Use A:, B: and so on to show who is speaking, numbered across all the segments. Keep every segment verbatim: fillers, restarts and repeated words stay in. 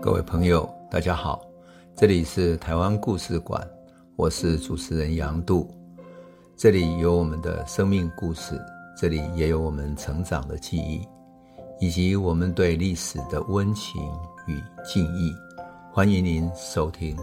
A: 各位朋友大家好，这里是台湾故事馆，我是主持人杨度。这里有我们的生命故事，这里也有我们成长的记忆，以及我们对历史的温情与敬意。欢迎您收听。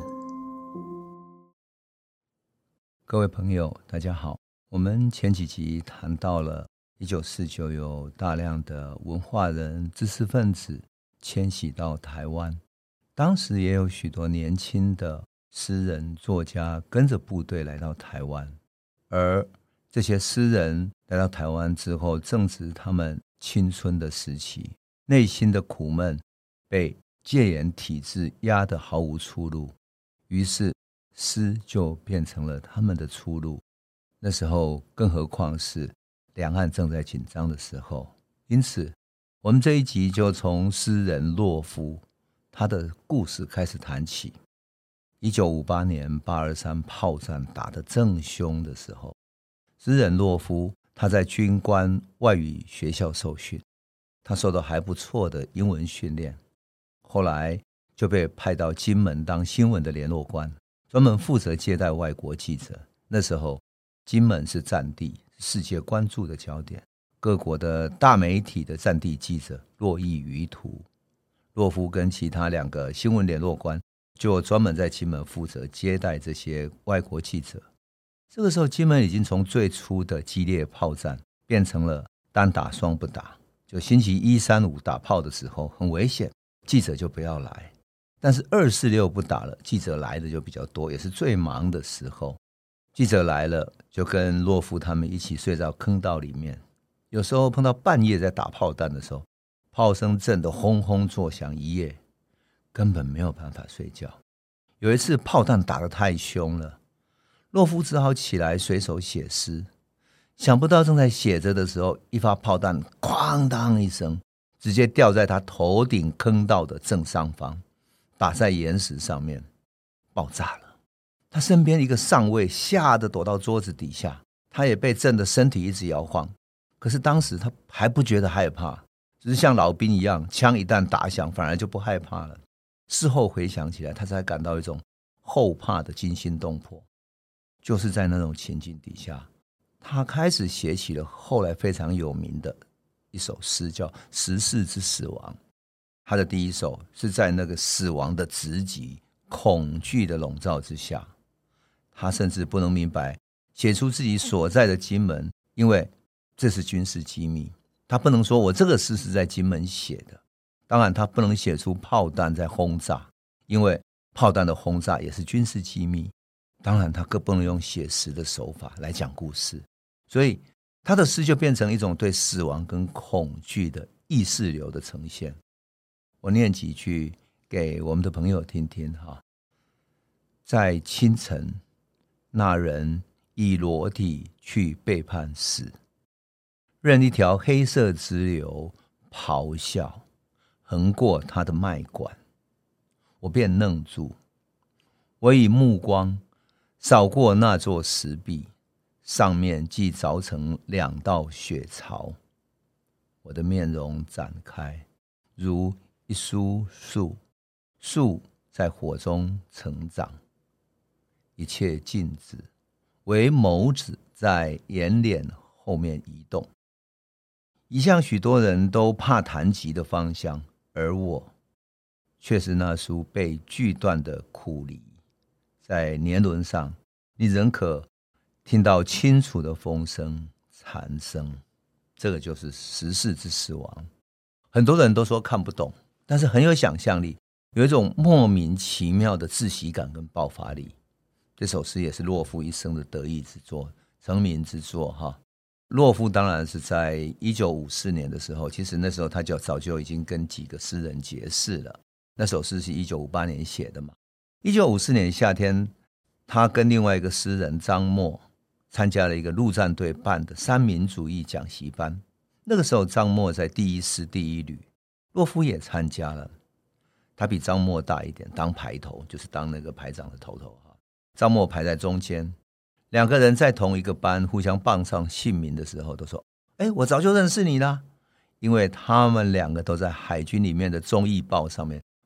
A: 各位朋友大家好，我们前几集谈到了一九四九有大量的文化人、知识分子迁徙到台湾，当时也有许多年轻的诗人作家跟着部队来到台湾，而这些诗人来到台湾之后，正值他们青春的时期，内心的苦闷被戒严体制压得毫无出路，于是诗就变成了他们的出路。那时候更何况是两岸正在紧张的时候，因此我们这一集就从诗人洛夫他的故事开始谈起。一九五八年八二三炮战打得正凶的时候，诗人洛夫他在军官外语学校受训，他受到还不错的英文训练，后来就被派到金门当新闻的联络官，专门负责接待外国记者。那时候金门是战地，世界关注的焦点，各国的大媒体的战地记者络绎于途。洛夫跟其他两个新闻联络官就专门在金门负责接待这些外国记者。这个时候金门已经从最初的激烈炮战变成了单打双不打，就星期一三五打炮的时候很危险，记者就不要来，但是二四六不打了，记者来的就比较多，也是最忙的时候。记者来了就跟洛夫他们一起睡到坑道里面，有时候碰到半夜在打炮弹的时候，炮声震得轰轰作响，一夜根本没有办法睡觉。有一次炮弹打得太凶了，洛夫只好起来随手写诗，想不到正在写着的时候，一发炮弹哐当一声直接掉在他头顶坑道的正上方，打在岩石上面爆炸了。他身边一个上尉吓得躲到桌子底下，他也被震得身体一直摇晃，可是当时他还不觉得害怕，只是像老兵一样，枪一旦打响反而就不害怕了。事后回想起来，他才感到一种后怕的惊心动魄。就是在那种情境底下，他开始写起了后来非常有名的一首诗，叫《十四之死亡》。他的第一首是在那个死亡的直击、恐惧的笼罩之下，他甚至不能明白写出自己所在的金门，因为这是军事机密，他不能说我这个诗是在金门写的。当然他不能写出炮弹在轰炸，因为炮弹的轰炸也是军事机密。当然他更不能用写实的手法来讲故事，所以他的诗就变成一种对死亡跟恐惧的意识流的呈现。我念几句给我们的朋友听听哈。在清晨，那人已裸体去背叛死，任一条黑色支流咆哮横过他的脉管，我便愣住。我以目光扫过那座石壁，上面既凿成两道血槽，我的面容展开，如一株树，树在火中成长，一切静止，唯眸子在眼帘后面移动。一向许多人都怕谈及的芳香，而我却是那株被锯断的苦梨，在年轮上你仍可听到清楚的风声蝉声。这个就是十四之死亡。很多人都说看不懂，但是很有想象力，有一种莫名其妙的窒息感跟爆发力。这首诗也是洛夫一生的得意之作，成名之作哈。洛夫当然是在一九五四年的时候，其实那时候他就早就已经跟几个诗人结识了。那首诗是一九五八年写的嘛。一九五四年夏天，他跟另外一个诗人张默参加了一个陆战队办的三民主义讲习班。那个时候张默在第一师第一旅，洛夫也参加了。他比张默大一点，当排头，就是当那个排长的头头。张默排在中间，两个人在同一个班互相报上姓名的时候都说，哎，我早就认识你啦。因为他们两个都在海军里面的综艺报上面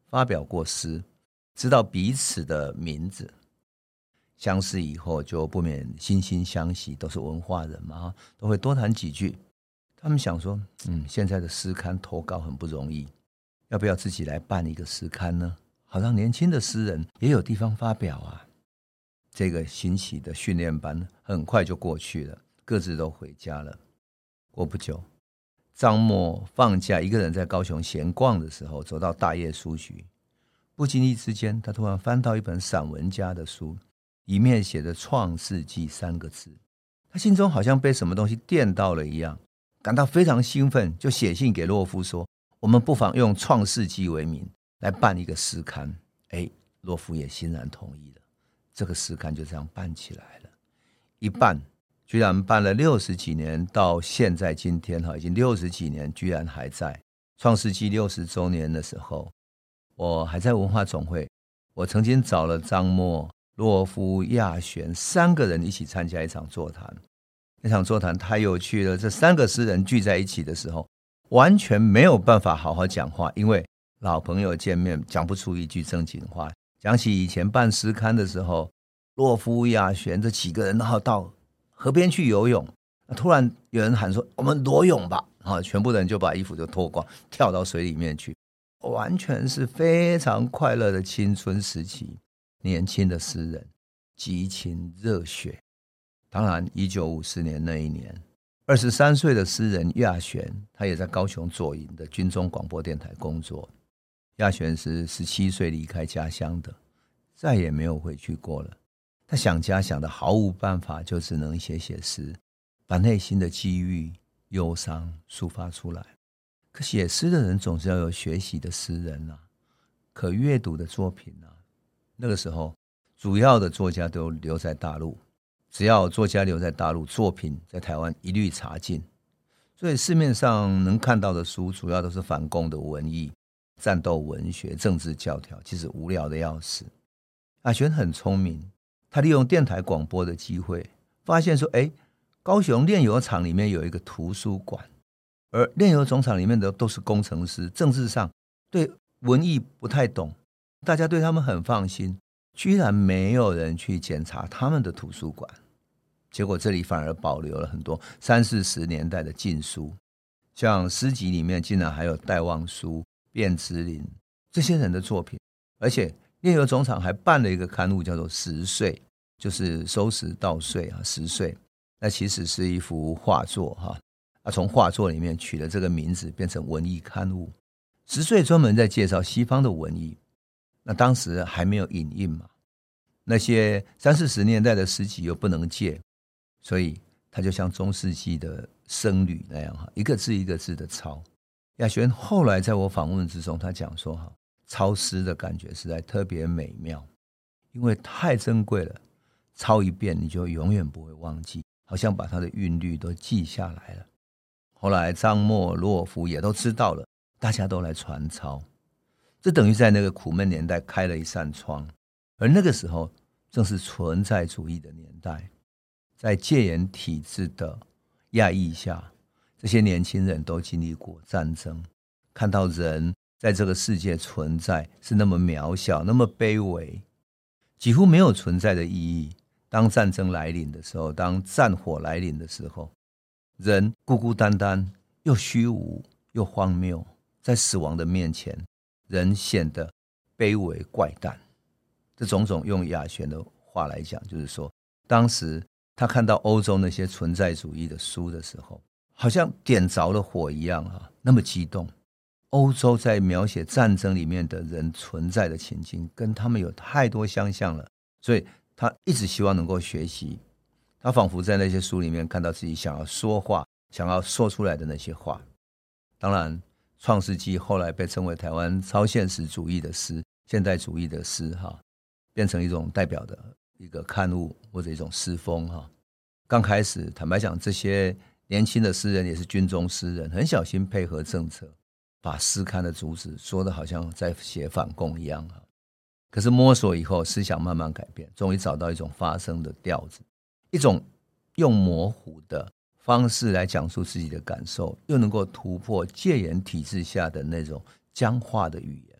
A: 发表过诗，知道彼此的名字，相识以后就不免惺惺相惜，都是文化人嘛，都会多谈几句。他们想说，嗯，现在的诗刊投稿很不容易，要不要自己来办一个诗刊呢？好让年轻的诗人也有地方发表啊。这个新起的训练班很快就过去了，各自都回家了。过不久，张默放假一个人在高雄闲逛的时候，走到大业书局，不经意之间，他突然翻到一本散文家的书，里面写着创世纪三个字。他心中好像被什么东西电到了一样，感到非常兴奋，就写信给洛夫说，我们不妨用创世纪为名来办一个诗刊。哎，洛夫也欣然同意了，这个诗刊就这样办起来了。一办居然办了六十几年，到现在今天已经六十几年，居然还在。创世纪六十周年的时候，我还在文化总会，我曾经找了张默、洛夫、亚璇三个人一起参加一场座谈。那场座谈太有趣了，这三个诗人聚在一起的时候，完全没有办法好好讲话，因为老朋友见面讲不出一句正经话。讲起以前办诗刊的时候，洛夫、亚璇这几个人然后到河边去游泳，突然有人喊说我们裸泳吧，全部人就把衣服就脱光跳到水里面去，完全是非常快乐的青春时期。年轻的诗人激情热血。当然一九五四年那一年，二十三岁的诗人亚璇，他也在高雄左营的军中广播电台工作。亚璇是十七岁离开家乡的，再也没有回去过了。他想家想的毫无办法，就只能写写诗，把内心的机遇忧伤抒发出来。可写诗的人总是要有学习的诗人啊，可阅读的作品啊。那个时候主要的作家都留在大陆，只要作家留在大陆，作品在台湾一律查禁。所以市面上能看到的书主要都是反共的文艺、战斗文学、政治教条，其实无聊的要死。亚璇很聪明，他利用电台广播的机会，发现说，哎，高雄炼油厂里面有一个图书馆，而炼油总厂里面的都是工程师，政治上对文艺不太懂，大家对他们很放心，居然没有人去检查他们的图书馆。结果这里反而保留了很多三四十年代的禁书，像诗集里面竟然还有戴望舒、卞之琳这些人的作品。而且炼油总厂还办了一个刊物叫做十岁，就是收拾稻穗啊，十岁。那其实是一幅画作哈，啊，从画作里面取了这个名字，变成文艺刊物。十岁专门在介绍西方的文艺，那当时还没有影印嘛，那些三四十年代的诗集又不能借，所以他就像中世纪的僧侣那样，一个字一个字的抄。亚璇后来在我访问之中，他讲说，抄诗的感觉实在特别美妙，因为太珍贵了，抄一遍你就永远不会忘记，好像把它的韵律都记下来了。后来张默、洛夫也都知道了，大家都来传抄，这等于在那个苦闷年代开了一扇窗。而那个时候正是存在主义的年代，在戒严体制的压抑下，这些年轻人都经历过战争，看到人在这个世界存在是那么渺小，那么卑微，几乎没有存在的意义。当战争来临的时候，当战火来临的时候，人孤孤单单，又虚无又荒谬，在死亡的面前，人显得卑微怪诞。这种种用亚璇的话来讲，就是说当时他看到欧洲那些存在主义的书的时候，好像点着了火一样啊，那么激动。欧洲在描写战争里面的人存在的情境，跟他们有太多相像了，所以他一直希望能够学习。他仿佛在那些书里面看到自己想要说话、想要说出来的那些话。当然，创世纪后来被称为台湾超现实主义的诗、现代主义的诗哈，变成一种代表的一个刊物或者一种诗风哈。刚开始，坦白讲，这些年轻的诗人也是军中诗人，很小心配合政策，把诗刊的主旨说的好像在写反共一样。可是摸索以后，思想慢慢改变，终于找到一种发声的调子，一种用模糊的方式来讲述自己的感受，又能够突破戒严体制下的那种僵化的语言，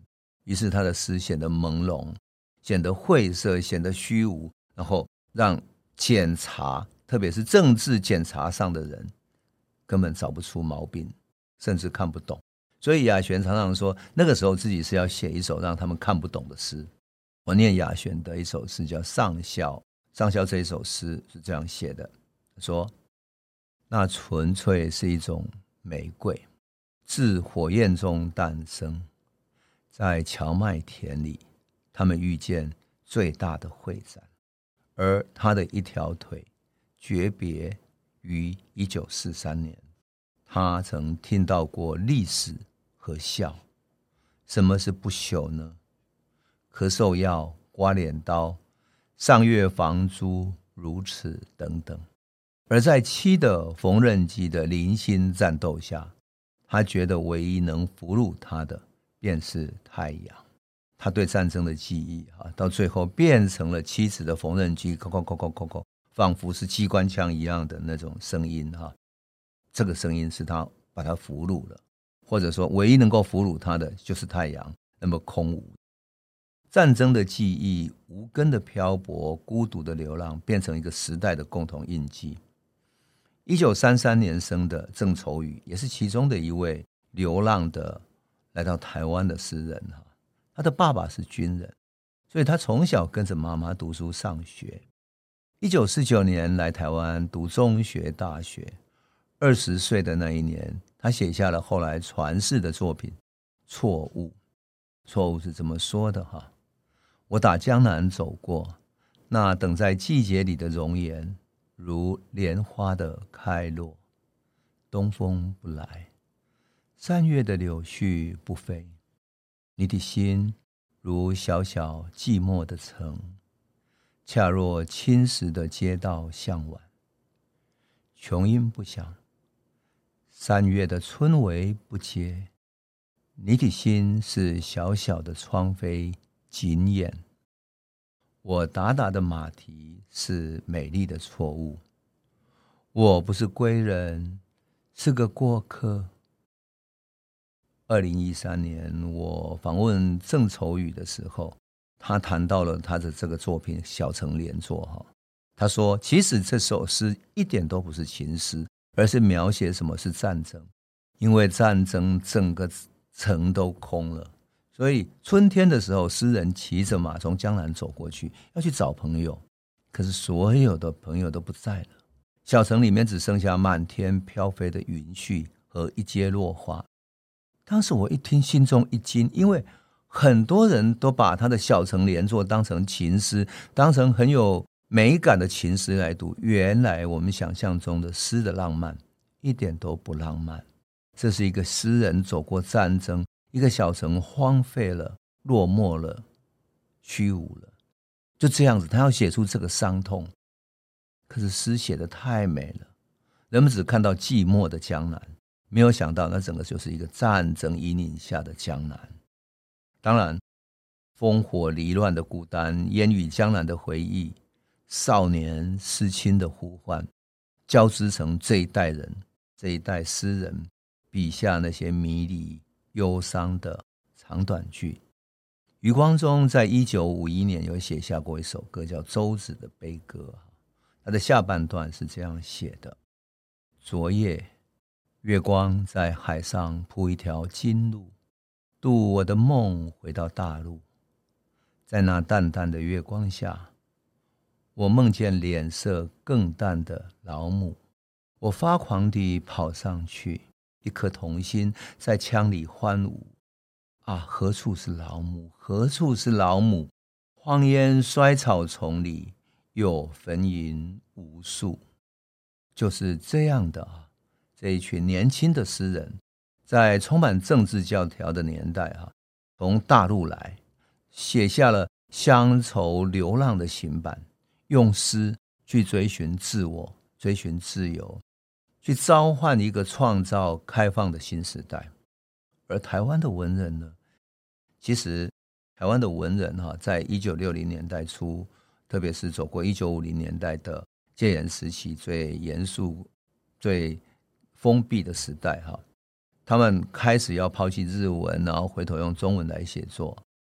A: 于是他的诗显得朦胧，显得晦涩，显得虚无，然后让检查，特别是政治检查上的人根本找不出毛病，甚至看不懂。所以雅璇常常说，那个时候自己是要写一首让他们看不懂的诗。我念雅璇的一首诗叫《上校》，上校这一首诗是这样写的，说那纯粹是一种玫瑰，自火焰中诞生，在荞麦田里，他们遇见最大的会战，而他的一条腿诀别于一九四三年。他曾听到过历史和笑，什么是不朽呢？咳嗽药、刮脸刀、上月房租如此等等。而在七的缝纫机的零星战斗下，他觉得唯一能俘虏他的便是太阳。他对战争的记忆到最后变成了妻子的缝纫机，扣扣扣扣扣扣，仿佛是机关枪一样的那种声音。这个声音是他把他俘虏了，或者说唯一能够俘虏他的就是太阳，那么空无。战争的记忆，无根的漂泊，孤独的流浪，变成一个时代的共同印记。一九三三年生的郑愁予也是其中的一位流浪的来到台湾的诗人。他的爸爸是军人，所以他从小跟着妈妈读书上学。一九四九年来台湾读中学大学，二十岁的那一年，他写下了后来传世的作品《错误》。错误是这么说的哈：我打江南走过，那等在季节里的容颜，如莲花的开落。东风不来，三月的柳絮不飞，你的心如小小寂寞的城，恰若青石的街道向晚。琼音不响，三月的春雷不接，你的心是小小的窗扉紧掩。我打打的马蹄是美丽的错误，我不是归人，是个过客。二零一三年我访问郑愁予的时候，他谈到了他的这个作品《小城连作》。他说其实这首诗一点都不是情诗，而是描写什么是战争。因为战争整个城都空了，所以春天的时候，诗人骑着马从江南走过去，要去找朋友，可是所有的朋友都不在了。小城里面只剩下满天飘飞的云絮和一街落花。当时我一听，心中一惊，因为很多人都把他的《小城连作》当成情诗，当成很有美感的情诗来读。原来我们想象中的诗的浪漫一点都不浪漫，这是一个诗人走过战争，一个小城荒废了，落寞了，虚无了，就这样子，他要写出这个伤痛。可是诗写得太美了，人们只看到寂寞的江南，没有想到那整个就是一个战争阴影下的江南。当然烽火离乱的孤单，烟雨江南的回忆，少年思亲的呼唤，交织成这一代人这一代诗人笔下那些迷离忧伤的长短句。余光中在一九五一年有写下过一首歌叫《舟子的悲歌》，他的下半段是这样写的：昨夜月光在海上铺一条金路，渡我的梦回到大陆。在那淡淡的月光下，我梦见脸色更淡的老母。我发狂地跑上去，一颗童心在腔里欢舞。啊，何处是老母？何处是老母？荒烟衰草丛里有坟茔无数。就是这样的啊，这一群年轻的诗人，在充满政治教条的年代啊，从大陆来，写下了乡愁流浪的行板，用诗去追寻自我，追寻自由，去召唤一个创造开放的新时代。而台湾的文人呢，其实台湾的文人哈，在一九六零年代初，特别是走过一九五零年代的戒严时期最严肃、最封闭的时代哈，他们开始要抛弃日文，然后回头用中文来写作。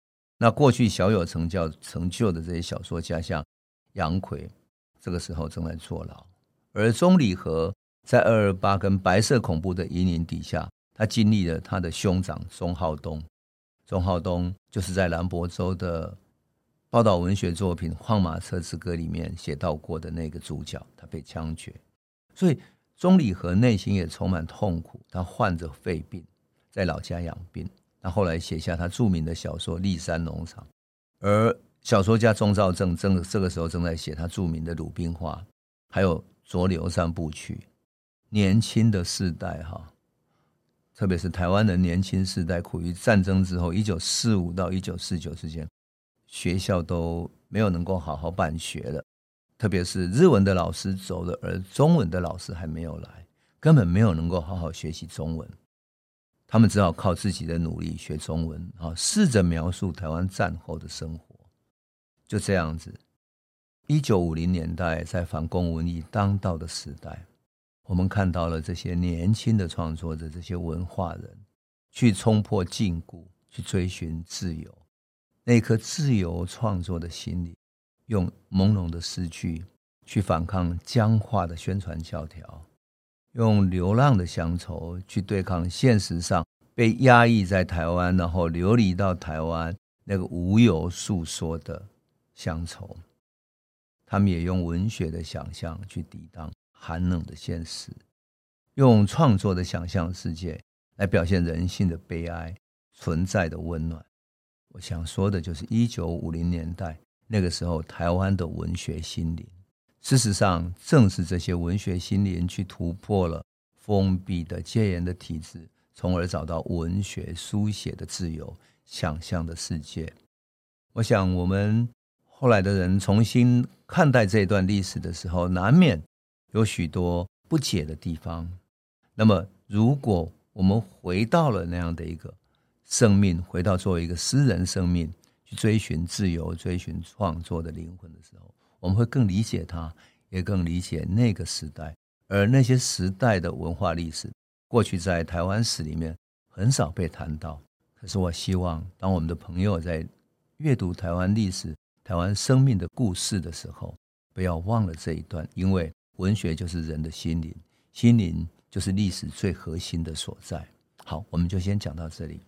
A: 那过去小有成就成就的这些小说家，像杨逵，这个时候正在坐牢。而钟理和在二二八跟白色恐怖的阴影底下，他经历了他的兄长钟浩东。钟浩东就是在兰博州的报道文学作品《晃马车之歌》里面写到过的那个主角，他被枪决。所以钟理和内心也充满痛苦，他患着肺病，在老家养病。他后来写下他著名的小说《立山农场》，而小说家钟肇政正这个时候正在写他著名的《鲁冰花》，还有《浊流三部曲》。年轻的世代哈，特别是台湾的年轻世代，苦于战争之后一九四五到一九四九之间，学校都没有能够好好办学了，特别是日文的老师走了，而中文的老师还没有来，根本没有能够好好学习中文。他们只好靠自己的努力学中文，试着描述台湾战后的生活。就这样子，一九五零年代在反共文艺当道的时代，我们看到了这些年轻的创作者，这些文化人去冲破禁锢，去追寻自由。那颗自由创作的心里，用朦胧的诗句去反抗僵化的宣传教条，用流浪的乡愁去对抗现实上被压抑在台湾，然后流离到台湾那个无由诉说的乡愁。他们也用文学的想象去抵挡寒冷的现实，用创作的想象世界来表现人性的悲哀，存在的温暖。我想说的就是一九五零年代那个时候台湾的文学心灵。事实上正是这些文学心灵去突破了封闭的戒严的体制，从而找到文学书写的自由，想象的世界。我想我们后来的人重新看待这段历史的时候，难免有许多不解的地方。那么如果我们回到了那样的一个生命，回到作为一个诗人生命，去追寻自由，追寻创作的灵魂的时候，我们会更理解它，也更理解那个时代。而那些时代的文化历史，过去在台湾史里面很少被谈到。可是我希望当我们的朋友在阅读台湾历史、台湾生命的故事的时候，不要忘了这一段，因为文学就是人的心灵，心灵就是历史最核心的所在。好，我们就先讲到这里。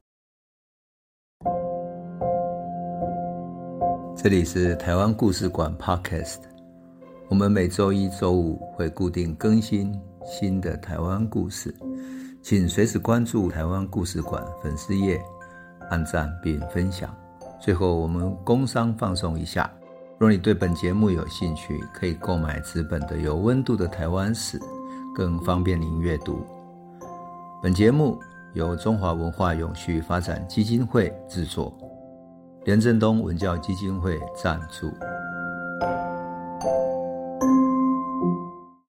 A: 这里是台湾故事馆 Podcast， 我们每周一、周五会固定更新新的台湾故事，请随时关注台湾故事馆粉丝页，按赞并分享。最后我们工商放送一下，若你对本节目有兴趣，可以购买纸本的有温度的台湾史，更方便您阅读。本节目由中华文化永续发展基金会制作，连震东文教基金会赞助。